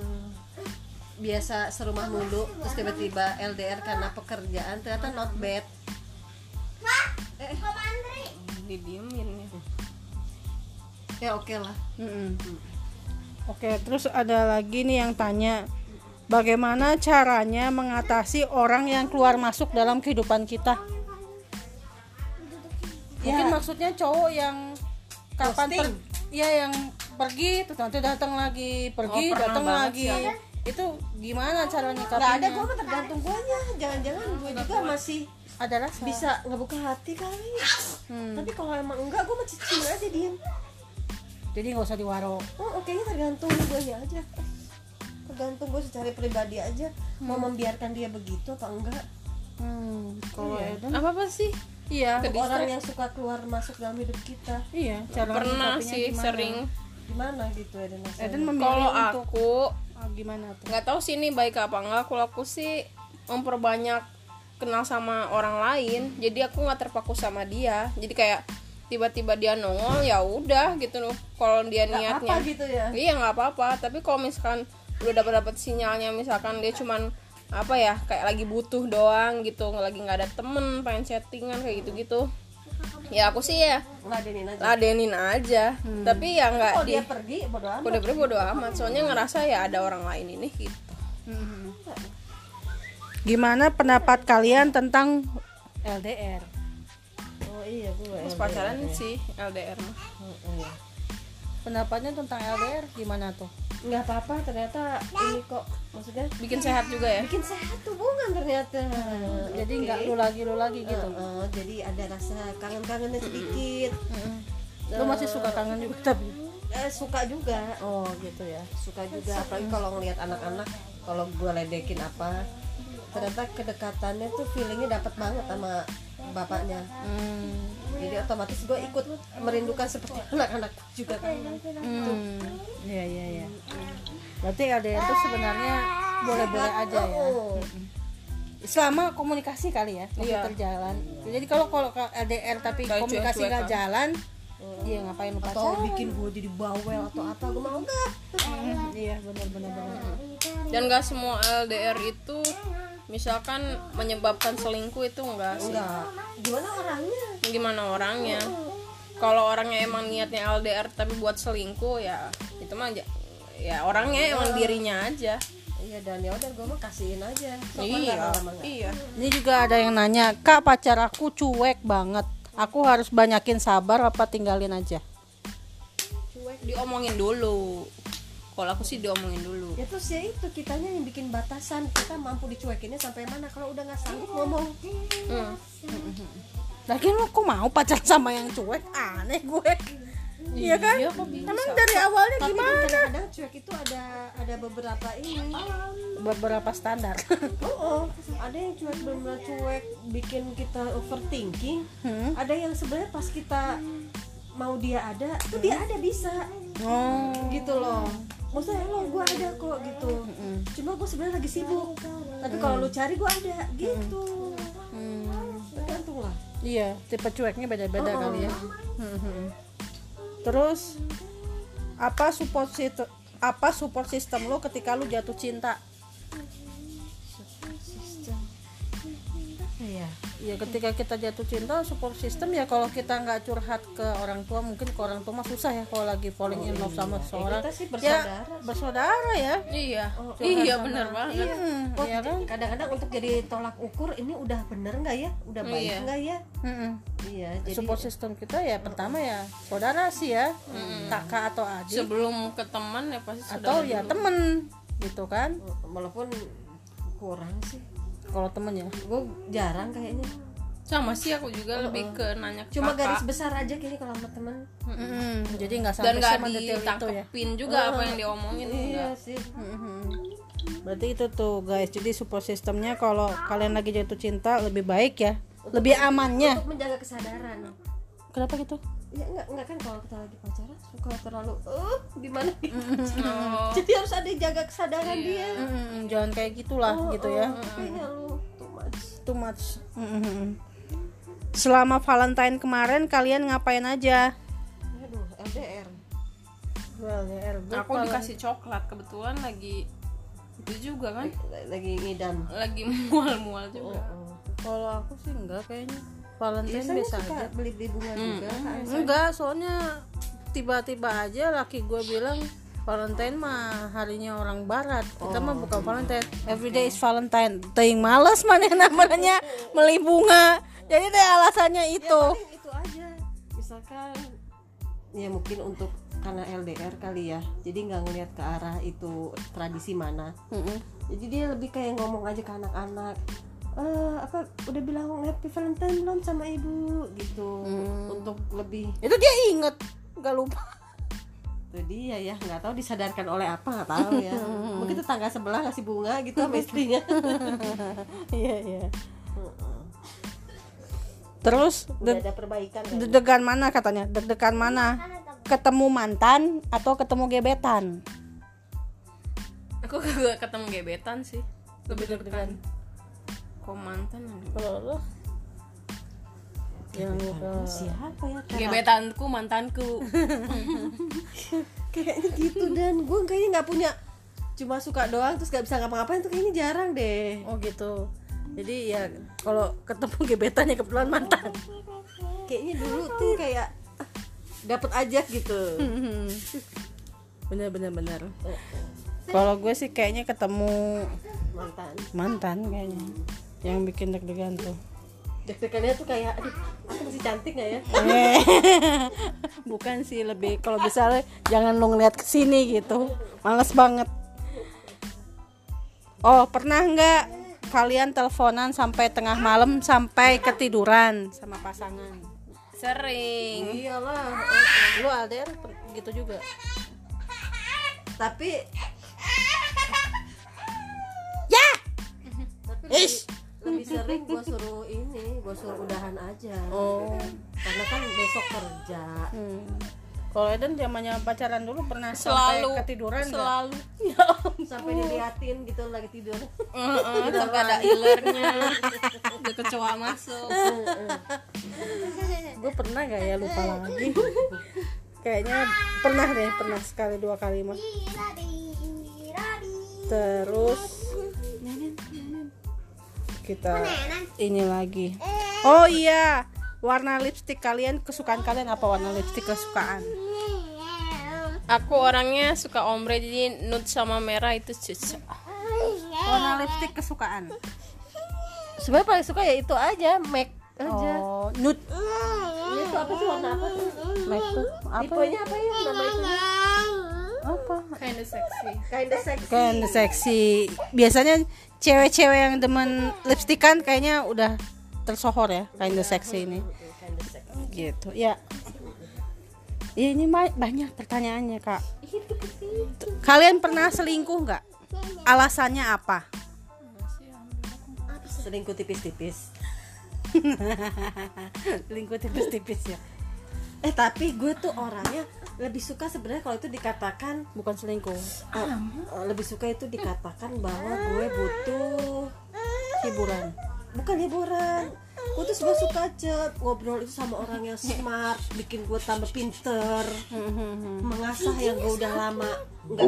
Biasa serumah mulu, terus tiba-tiba LDR karena pekerjaan, ternyata not bad. didiemin ya. Ya oke lah. Oke, terus ada lagi nih yang tanya, bagaimana caranya mengatasi orang yang keluar masuk dalam kehidupan kita? Mungkin maksudnya cowok yang kapan yang pergi terus nanti datang lagi, pergi Oh, pernah datang banget lagi. sih Itu gimana cara Nggak nyikapinnya? ada, gue mah tergantung guanya. Jangan-jangan gue juga masih Ada rasa. bisa ngebuka hati kali. Tapi kalau emang enggak, gue mah cicil aja diem. Jadi nggak usah diwaro. Oh, oke, tergantung guanya aja. Tergantung gue secara pribadi aja mau membiarkan dia begitu apa enggak. Kalau Eden, Apa sih? iya, Orang yang suka keluar masuk dalam hidup kita iya. Cara Pernah nyikapinnya sih gimana? sering. gimana gitu ya, dan Eden memilih Kalau untuk aku gimana tuh? nggak tahu sih ini baik apa enggak. Kalau aku sih memperbanyak kenal sama orang lain, jadi aku nggak terpaku sama dia. Jadi kayak tiba-tiba dia nongol, ya udah gitu loh. Kalau dia niatnya apa gitu ya. iya nggak apa-apa. Tapi kalau misalkan udah dapat sinyalnya, misalkan dia cuman apa ya, kayak lagi butuh doang gitu, lagi nggak ada temen, pengen chattingan kayak gitu-gitu, ya aku sih ya ladenin aja. Tapi ya nggak Kalau dia pergi bodo amat. udah pergi bodo amat, soalnya ngerasa ya ada orang lain ini gitu. Gimana pendapat kalian tentang LDR? Oh iya, gue Terus pacaran sih LDR mah. Pendapatnya tentang LDR gimana tuh? nggak apa-apa, ternyata ini kok maksudnya Bikin sehat juga ya. bikin sehat hubungan ternyata. Jadi Oke. nggak lu lagi gitu. Jadi ada rasa kangen-kangennya sedikit. Lu masih suka kangen juga tapi Suka juga, oh gitu ya. suka juga, apalagi kalau ngelihat anak-anak, kalau gue ledekin apa, ternyata kedekatannya tuh feelingnya dapat banget sama bapaknya. Jadi otomatis gue ikut merindukan seperti anak-anak juga kan. Iya. Berarti LDR itu sebenarnya boleh-boleh aja ya. Selama komunikasi kali ya masih Iya. terjalan. Jadi kalau LDR tapi Kayak komunikasi nggak cuek-cuekan. jalan, iya ngapain lu Atau pacaran? bikin gue jadi bawel atau apa, gue mau enggak. Iya benar. Dan gak semua LDR itu misalkan menyebabkan selingkuh, itu enggak sih. Enggak. Gimana orangnya? Gimana orangnya. Kalau orangnya emang niatnya LDR tapi buat selingkuh, ya itu mah ya orangnya emang dirinya aja. Iya, dan ya udah gue mah kasihin aja. Iya. Ini juga ada yang nanya, Kak pacar aku cuek banget, aku harus banyakin sabar apa tinggalin aja? Cuek, diomongin dulu. Kalau aku sih diomongin dulu. Ya terus ya itu kitanya yang bikin batasan, kita mampu dicuekinnya sampai mana. Kalau udah nggak sanggup ngomong. Lagian lo kok mau pacaran sama yang cuek? Aneh gue. Iya kan? Emang dari awalnya Tapi gimana? kan kadang-kadang cuek itu ada beberapa ini. Beberapa standar. Ada yang cuek benar-benar cuek, bikin kita overthinking. Ada yang sebenarnya pas kita mau dia ada, tuh dia ada bisa. Gitu loh. Maksudnya lo gue ada kok gitu. Cuma gue sebenarnya lagi sibuk. Tapi kalau lu cari gue ada gitu. Tergantung lah. Iya, tipe cueknya beda-beda kali ya. Terus apa support system lo ketika lo jatuh cinta? Ya ketika kita jatuh cinta, support system ya kalau kita nggak curhat ke orang tua, mungkin ke orang tua mah susah ya kalau lagi falling in love sama seseorang. Kita sih bersaudara ya. Iya. Iya benar banget. Iya kan? Kadang-kadang untuk jadi tolak ukur ini udah bener nggak ya, udah baik nggak ya. Iya, jadi Support system kita ya pertama ya saudara sih ya, kakak atau adik, Sebelum ke teman ya pasti atau ya temen gitu kan. walaupun kurang sih, Kalau temen ya gue jarang kayaknya. sama sih aku juga lebih ke nanya ke Cuma kakak. garis besar aja kini kalau sama temen. jadi nggak Dan sampai nggak sama detail itu ya. ditangkepin juga apa yang diomongin. Iya enggak. sih. Berarti itu tuh guys, jadi support systemnya kalau kalian lagi jatuh cinta lebih baik ya, lebih amannya. Untuk menjaga kesadaran. Kenapa gitu? Ya enggak kan kalau kita lagi pacaran suka terlalu gimana gitu. Jadi harus ada yang jaga kesadaran dia. Jangan kayak gitulah gitu ya. Kayaknya lu Too much. Selama Valentine kemarin kalian ngapain aja? aduh, LDR. Aku dikasih coklat kebetulan lagi itu juga kan, Lagi ngidam. lagi mual-mual juga. Kalau aku sih enggak kayaknya. Valentine Biasanya biasa suka aja. beli bunga juga. Enggak, soalnya tiba-tiba aja laki gue bilang Valentine mah harinya orang barat, kita mah bukan Valentine, everyday is Valentine. Ting males mana namanya beli bunga, jadi deh alasannya itu. Paling itu aja. Misalkan ya mungkin untuk karena LDR kali ya, jadi nggak ngelihat ke arah itu tradisi mana. Jadi dia lebih kayak ngomong aja ke anak-anak, udah bilang happy Valentine belum sama ibu gitu. Untuk lebih Itu dia inget, nggak lupa. itu dia ya, nggak tahu disadarkan oleh apa, nggak tahu ya. Mungkin tetangga sebelah ngasih bunga gitu sama istrinya. Iya. Terus Udah ada perbaikan kan? deg-degan mana katanya? Deg-degan mana? Ketemu mantan atau ketemu gebetan? Aku gak ketemu gebetan sih, lebih deg-degan. Kok mantan? Kalau lo yang Siapa ya? Gebetanku mantanku. Kayaknya gitu, dan gue kayaknya nggak punya, cuma suka doang terus nggak bisa ngapa-ngapain tuh kayaknya jarang deh. oh gitu. Jadi ya kalau ketemu gebetannya kebetulan mantan. Kayaknya dulu tuh kayak dapat aja gitu. Bener. Kalau gue sih kayaknya ketemu mantan kayaknya yang bikin deg-degan tuh. Deg-degannya tuh kayak aduh, aku masih cantik nggak ya? Bukan sih, lebih kalau bisa jangan lu ngeliat kesini gitu, males banget. Oh, pernah nggak kalian teleponan sampai tengah malam sampai ketiduran sama pasangan? Sering. Iyalah. Lu LDR gitu juga? Tapi Ya. lebih sering gue suruh udahan aja. Oh. Karena kan besok kerja. Kalau Eden zamannya pacaran dulu pernah Selalu sampai ketiduran nggak? Selalu. Sampai diliatin gitu lagi tidur. Sampai ada ilernya. Udah kecoa masuk. Gue pernah gak ya, lupa lagi. Kayaknya pernah sekali dua kali mah. Terus kita ini lagi. Oh iya, warna lipstik kalian kesukaan kalian apa? Warna lipstik kesukaan? Aku orangnya suka ombre, jadi nude sama merah itu cocok. Warna lipstick kesukaan. Sebenarnya paling suka ya itu aja, MAC aja. Oh, nude. Ini tuh apa sih, warna apa tuh? MAC tuh apa? Tipenya apa ya nama itu? Apa? Kinda sexy. Kinda sexy. Kan seksi. Biasanya cewek-cewek yang demen lipstick kan kayaknya udah tersohor ya, kinda seksi ini. Kinda sexy. Gitu. Ya. Ya ini banyak pertanyaannya, Kak. Kalian pernah selingkuh nggak? Alasannya apa? Selingkuh tipis-tipis. Selingkuh tipis-tipis ya. Tapi gue tuh orangnya lebih suka sebenarnya kalau itu dikatakan Bukan selingkuh. lebih suka itu dikatakan bahwa gue butuh Hiburan. bukan hiburan. Gue tuh suka aja ngobrol itu sama orang yang smart, bikin gue tambah pinter, mengasah yang gue udah lama nggak.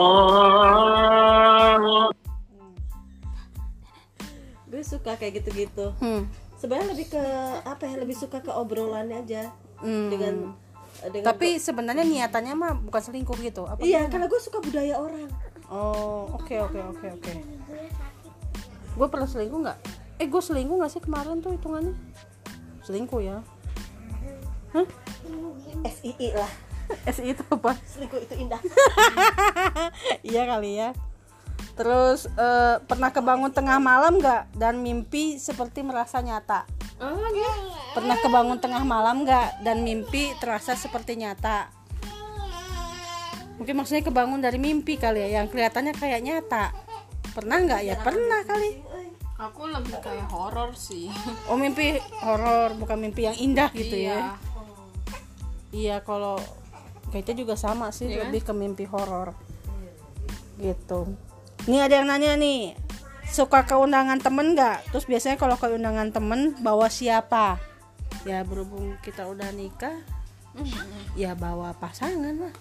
Gue suka kayak gitu-gitu. Sebenarnya lebih ke apa ya? Lebih suka ke obrolannya aja dengan Tapi sebenarnya niatannya mah bukan selingkuh gitu. Apa iya, gimana? karena gue suka budaya orang. Oh, oke. Gue pernah selingkuh nggak? Gue selingkuh nggak sih kemarin tuh hitungannya? Selingkuh ya? Hah? SII lah. SI itu apa? Selingkuh itu indah. Iya kali ya. Terus pernah kebangun tengah malam nggak dan mimpi seperti merasa nyata? Pernah kebangun tengah malam nggak dan mimpi terasa seperti nyata? Mungkin maksudnya kebangun dari mimpi kali ya, yang kelihatannya kayak nyata. Pernah nggak ya? Pernah kali. Aku lebih kayak horor sih. Oh, mimpi horor, bukan mimpi yang indah gitu ya. Iya, kalau kayaknya juga sama sih, Iya kan? lebih ke mimpi horor. Gitu. Nih ada yang nanya nih, suka ke undangan temen nggak? Terus biasanya kalau ke undangan temen bawa siapa? Ya berhubung kita udah nikah, ya bawa pasangan lah.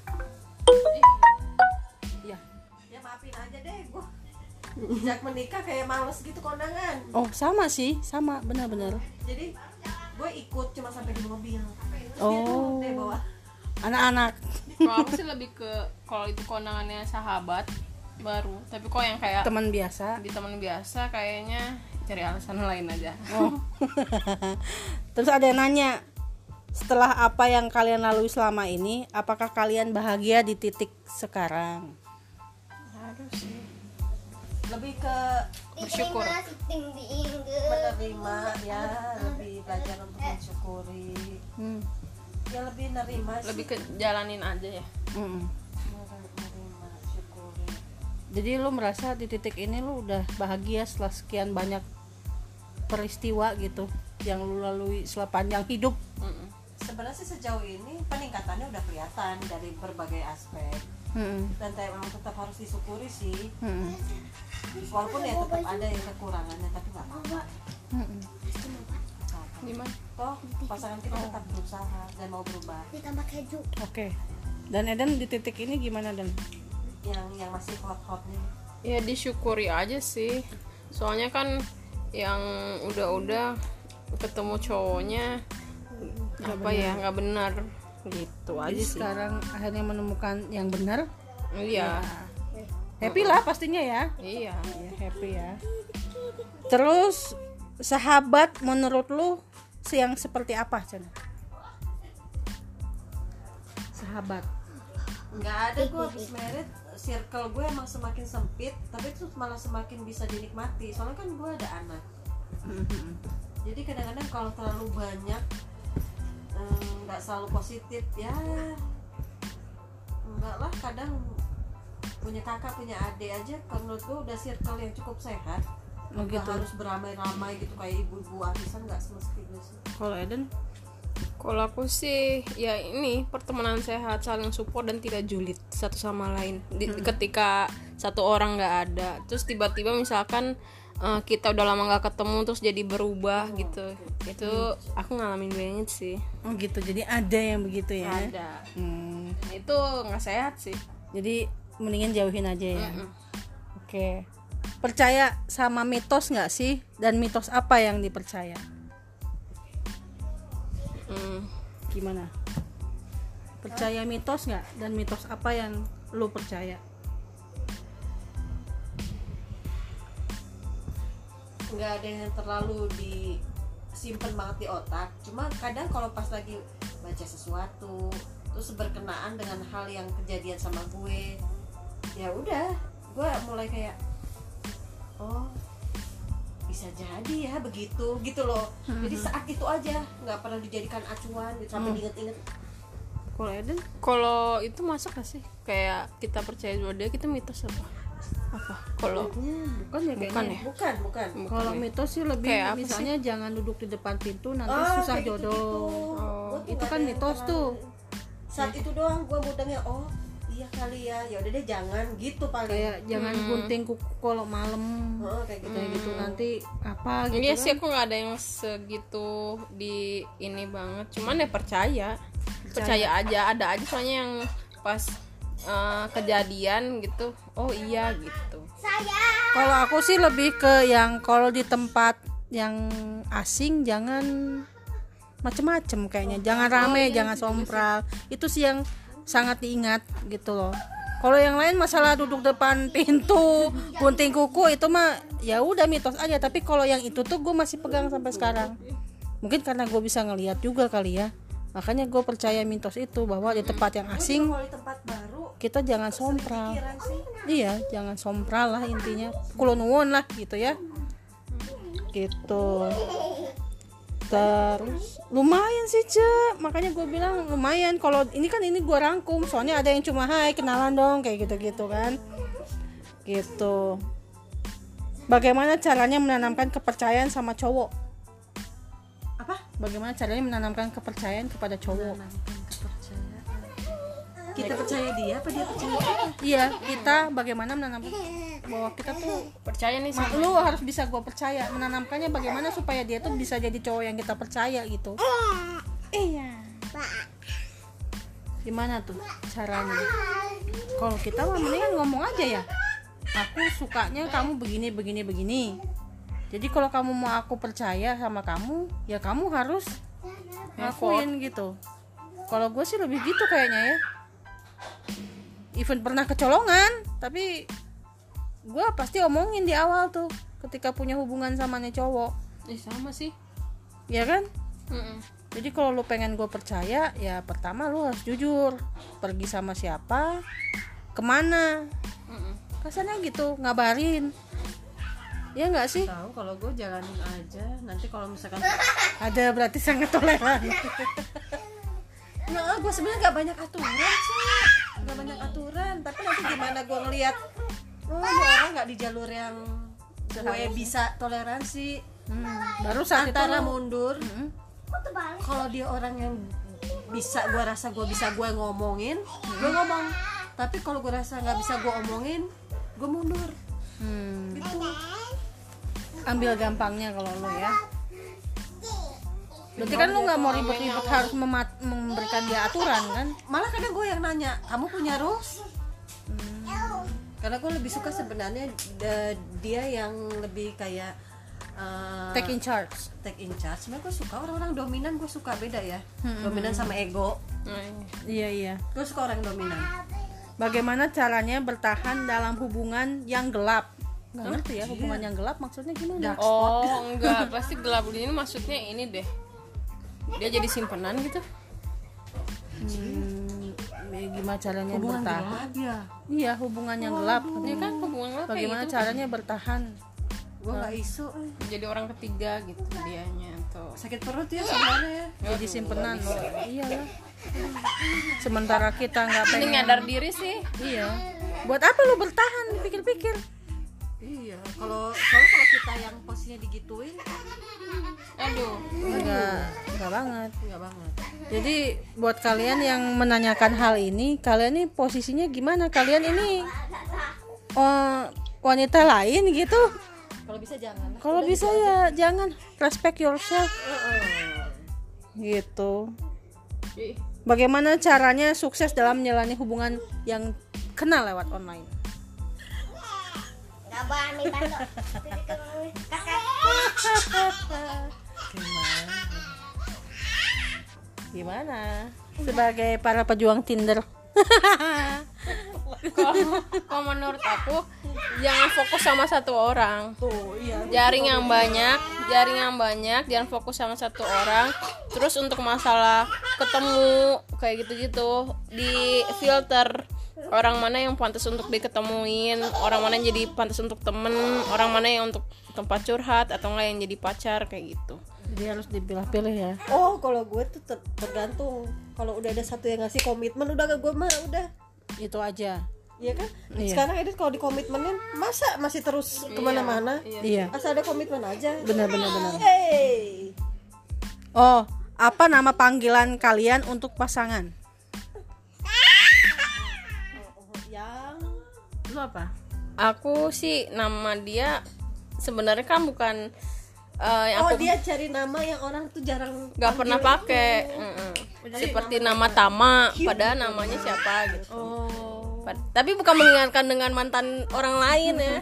Ya. Ya maafin aja deh, gue sejak menikah kayak males gitu kondangan. Oh sama sih, sama benar-benar. Jadi gue ikut cuma sampai di mobil. Oh. Dia bawa. Anak-anak. Kalau aku sih lebih ke kalau itu kondangannya sahabat baru. Tapi kok yang kayak Teman biasa. di teman biasa kayaknya cari alasan lain aja. Oh. Terus ada yang nanya, setelah apa yang kalian lalui selama ini, apakah kalian bahagia di titik sekarang? Harus sih. Lebih ke Bersyukur. menerima ya, lebih belajar untuk mensyukuri. Ya lebih nerima sih. Lebih ke jalanin aja ya. Menerima, syukuri. Jadi lu merasa di titik ini lu udah bahagia setelah sekian banyak peristiwa gitu yang lu lalui sepanjang hidup? Sebenarnya sih sejauh ini peningkatannya udah kelihatan dari berbagai aspek. Dan memang tetap harus disyukuri sih. Walaupun ya tetap ada yang kekurangannya, tapi nggak apa-apa. Gimana? Toh pasangan kita tetap berusaha dan mau berubah. Oke. Dan Eden di titik ini gimana, Dan? Yang masih hot-hotnya. Ya disyukuri aja sih. Soalnya kan yang udah ketemu cowoknya nggak benar gitu aja Jadi sih. sekarang akhirnya menemukan yang benar. Iya. Happy lah pastinya ya. Iya. Ya, happy ya. Terus sahabat menurut lu yang seperti apa, Chan? Sahabat. Nggak ada, gue habis merit circle gue emang semakin sempit, tapi itu malah semakin bisa dinikmati. Soalnya kan gue ada anak. Jadi kadang-kadang kalau terlalu banyak nggak selalu positif ya. Enggak lah, kadang punya kakak, punya adik aja kalau menurut gue udah circle yang cukup sehat. Nggak gitu. harus beramai-ramai gitu kayak ibu-ibu arisan, nggak semestinya sih. Kalau Eden? Kalau aku sih ya ini pertemanan sehat, saling support dan tidak julid satu sama lain. Ketika satu orang nggak ada, terus tiba-tiba misalkan kita udah lama nggak ketemu terus jadi berubah gitu, itu aku ngalamin banget sih. Oh gitu, jadi ada yang begitu ya? Ada. Itu nggak sehat sih. Jadi mendingan jauhin aja ya. Oke. Percaya sama mitos nggak sih? Dan mitos apa yang dipercaya? Gimana? Percaya mitos nggak? Dan mitos apa yang lu percaya? Nggak ada yang terlalu disimpan banget di otak, cuma kadang kalau pas lagi baca sesuatu terus berkenaan dengan hal yang kejadian sama gue, ya udah gue mulai kayak oh bisa jadi ya begitu gitu loh. Jadi saat itu aja, nggak pernah dijadikan acuan gitu, sampai diinget-inget. Kalau Eden? Kalau itu masuk gak sih kayak kita percaya zodiak itu mitos apa? Kalau Bukan ya kayaknya. bukan ya? Bukan. Kalau ya? mitos sih lebih Kayak apa misalnya jangan duduk di depan pintu nanti Oh, susah kayak jodoh. gitu-gitu. Gua tuh Itu nggak kan ada yang mitos terlalu- tuh. Saat itu doang gue mudahnya, oh iya kali ya, ya udah deh jangan gitu paling. Kayak jangan gunting kuku kalau malam. Oh, kayak gitu. Kayak gitu nanti apa gitu. Iya kan. sih, aku nggak ada yang segitu di ini banget, cuman ya percaya aja, ada aja soalnya yang pas kejadian gitu, oh iya gitu. Kalau aku sih lebih ke yang kalau di tempat yang asing jangan macem-macem kayaknya, jangan rame, jangan sompral. Itu sih yang sangat diingat gitu loh. Kalau yang lain masalah duduk depan pintu, gunting kuku itu mah ya udah mitos aja. Tapi kalau yang itu tuh gue masih pegang sampai sekarang. Mungkin karena gue bisa ngelihat juga kali ya. Makanya gue percaya mitos itu bahwa di tempat yang asing Kalau di tempat baru kita jangan sompral. pikiran sih. Iya, jangan sompral lah intinya. Kulo nuwun lah gitu ya. Gitu. Terus lumayan sih makanya gue bilang lumayan. Kalau ini kan ini gue rangkum, soalnya ada yang cuma hai kenalan dong kayak gitu-gitu kan. Gitu. Bagaimana caranya menanamkan kepercayaan sama cowok? Apa? Bagaimana caranya menanamkan kepercayaan kepada cowok? Kita percaya dia apa dia percaya kita? Iya, kita bagaimana menanamkan bahwa kita tuh Percaya nih sama lu harus bisa gue percaya, menanamkannya bagaimana supaya dia tuh bisa jadi cowok yang kita percaya gitu. Iya. Gimana tuh caranya? Kalau kita mah mendingan ngomong aja ya. Aku sukanya kamu begini. Jadi kalau kamu mau aku percaya sama kamu, ya kamu harus ngakuin gitu. Kalau gue sih lebih gitu kayaknya ya. Even pernah kecolongan, tapi gue pasti omongin di awal tuh ketika punya hubungan sama nih cowok, sama sih. ya kan? Mm-mm. Jadi kalau lu pengen gue percaya, ya pertama lu harus jujur, pergi sama siapa, kemana, kasarnya gitu, ngabarin, ya nggak sih? Tahu kalau gue jalanin aja. Nanti kalau misalkan Ada berarti sangat toleran. nah, gue sebenarnya nggak banyak aturan sih, nggak banyak aturan. Tapi nanti gimana gue ngelihat, oh ini orang nggak di jalur yang gue bisa toleransi. Baru saat Antara itu mundur, kalau dia orang yang bisa gue rasa gue bisa gue ngomongin, gue ngomong. Tapi kalau gue rasa nggak bisa gue omongin, gue mundur. Gitu. ambil gampangnya kalau lu ya. Berarti kan lu nggak mau ribet-ribet harus memberikan dia aturan kan? Malah kadang gue yang nanya, kamu punya rules? Karena gue lebih suka sebenarnya dia yang lebih kayak Take in charge. Sebenarnya gue suka orang-orang dominan, gue suka beda ya. Dominan sama ego. Iya. Gue suka orang dominan. Bagaimana caranya bertahan dalam hubungan yang gelap? Nggak ngerti ya, hubungan yang gelap maksudnya gimana? Oh enggak, pasti gelap ini maksudnya ini deh, dia jadi simpenan gitu. Gimana caranya Hubungan bertahan? gelap ya. Iya, hubungan yang gelap. Ya kan hubungan gelap kayak Bagaimana gitu. caranya bertahan? Gue nggak isu. Jadi orang ketiga gitu dianya tuh. Sakit perut ya sebenarnya. Jadi simpenan loh. Iyalah. Sementara kita nggak Ini pengen. nyadar diri sih. Iya. Buat apa lu bertahan? Pikir-pikir. Iya. Soalnya kalau kita yang posisinya digituin, Aduh. Enggak banget. nggak banget. Jadi buat kalian yang menanyakan hal ini, kalian ini posisinya gimana? Kalian ini wanita lain gitu? Kalau bisa jangan. Kalau bisa ya jangan, respect yourself gitu. Bagaimana caranya sukses dalam menjalani hubungan yang kenal lewat online? Gimana? Sebagai para pejuang Tinder. Kalau menurut aku jangan fokus sama satu orang. Jaring yang banyak, jangan fokus sama satu orang. Terus untuk masalah ketemu kayak gitu-gitu, di filter orang mana yang pantas untuk diketemuin, orang mana yang jadi pantas untuk temen, orang mana yang untuk tempat curhat atau enggak yang jadi pacar kayak gitu. Jadi harus dipilah-pilih ya. Oh, kalau gue tuh tergantung. Kalau udah ada satu yang ngasih komitmen, udah gue mah udah Itu aja. Iya kan? Iya. Sekarang Edit kalau dikomitmenin masa masih terus kemana-mana? Iya. Asal ada komitmen aja. Benar. Hey. Oh, apa nama panggilan kalian untuk pasangan? Yang Lu apa? Aku sih nama dia sebenarnya kan bukan yang aku dia cari nama yang orang tuh jarang nggak pernah pakai. Seperti nama Tama, padahal namanya siapa gitu. Tapi bukan mengingatkan dengan mantan orang lain ya.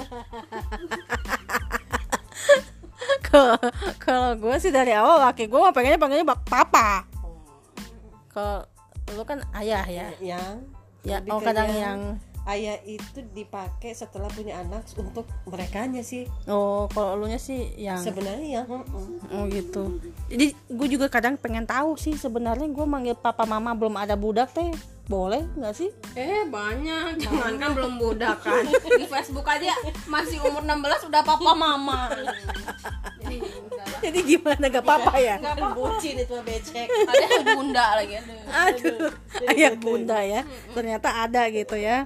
Kalau gue sih dari awal laki gue pengennya panggilnya papa. Kalau lu kan ayah ya. Yang Ya, lebih ke kadang yang ayah itu dipakai setelah punya anak untuk merekanya sih. kalau elunya sih yang Sebenarnya yang oh gitu. Jadi gue juga kadang pengen tahu sih sebenarnya gue manggil papa mama belum ada budak teh boleh nggak sih? Banyak, jangan kan belum budak kan. Di Facebook aja masih umur 16 udah papa mama. Jadi gimana gak apa-apa ya? Enggak apa-apa. bucin itu mah becek. Ada yang bunda lagi ada. Aduh, ayah bunda ya. Ternyata ada gitu ya.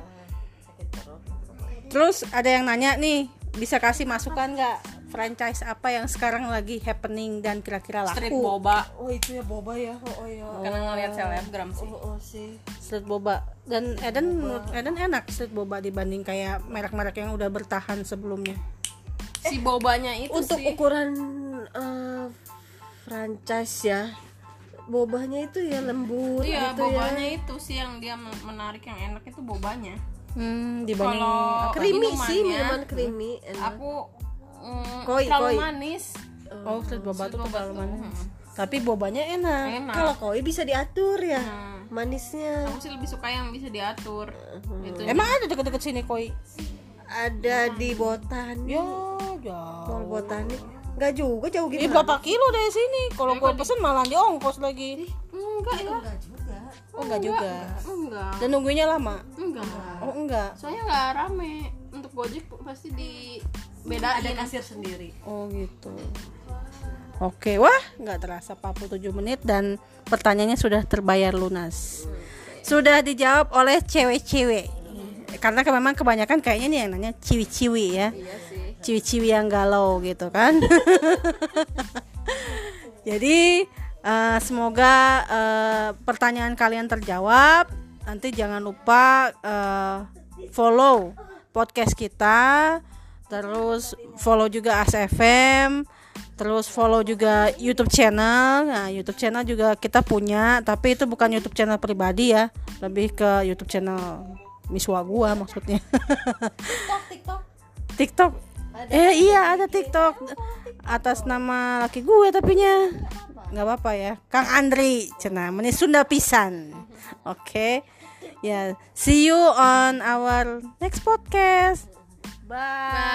Terus ada yang nanya nih, bisa kasih masukan nggak franchise apa yang sekarang lagi happening dan kira-kira laku? Street boba. Oh itu ya boba ya. Oh ya. Karena ngeliat selebgram sih. Sih. Street boba. Dan menurut Eden enak street boba dibanding kayak merek-merek yang udah bertahan sebelumnya. Si bobanya itu Untuk sih. ukuran franchise ya. Bobanya itu ya lembut Iya, gitu bobanya ya. itu sih yang dia menarik, yang enak itu bobanya. Dibanding Kalau Creamy sih, minumannya, minuman creamy. Enak. Aku Koi. terlalu manis. street boba tuh Street boba terlalu tuh, manis. Tapi bobanya enak. Enak. Kalau koi bisa diatur ya. Manisnya. Aku sih lebih suka yang bisa diatur. Itu. Emang ada deket-deket sini koi? Ada di Botani. Ya, jauh. Mall Botani. Enggak juga jauh Ini gitu. berapa kilo dari sini? Kalau gue pesen malah diongkos lagi. Enggak ya. Oh enggak juga. Enggak. Dan nungguinnya lama. Enggak. Oh enggak. Soalnya enggak rame. Untuk Gojek pasti dibedain. Ada kasir sendiri. Oh gitu. Oke, wah nggak terasa 47 menit dan pertanyaannya sudah terbayar lunas. Sudah dijawab oleh cewek-cewek. Karena memang kebanyakan kayaknya nih yang nanya ciwi-ciwi ya. Iya sih. Ciwi-ciwi yang galau gitu kan. Jadi semoga pertanyaan kalian terjawab. Nanti jangan lupa follow podcast kita, terus follow juga ASFM, terus follow juga YouTube channel. Nah, YouTube channel juga kita punya, tapi itu bukan YouTube channel pribadi ya, lebih ke YouTube channel miswa gua maksudnya. TikTok. Iya ada TikTok atas nama laki gue tapinya. Nggak apa-apa ya. Kang Andri cenah meni Sunda pisan. Oke. Ya, see you on our next podcast.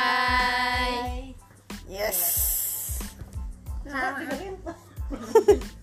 Bye. Bye. Yes. Nah,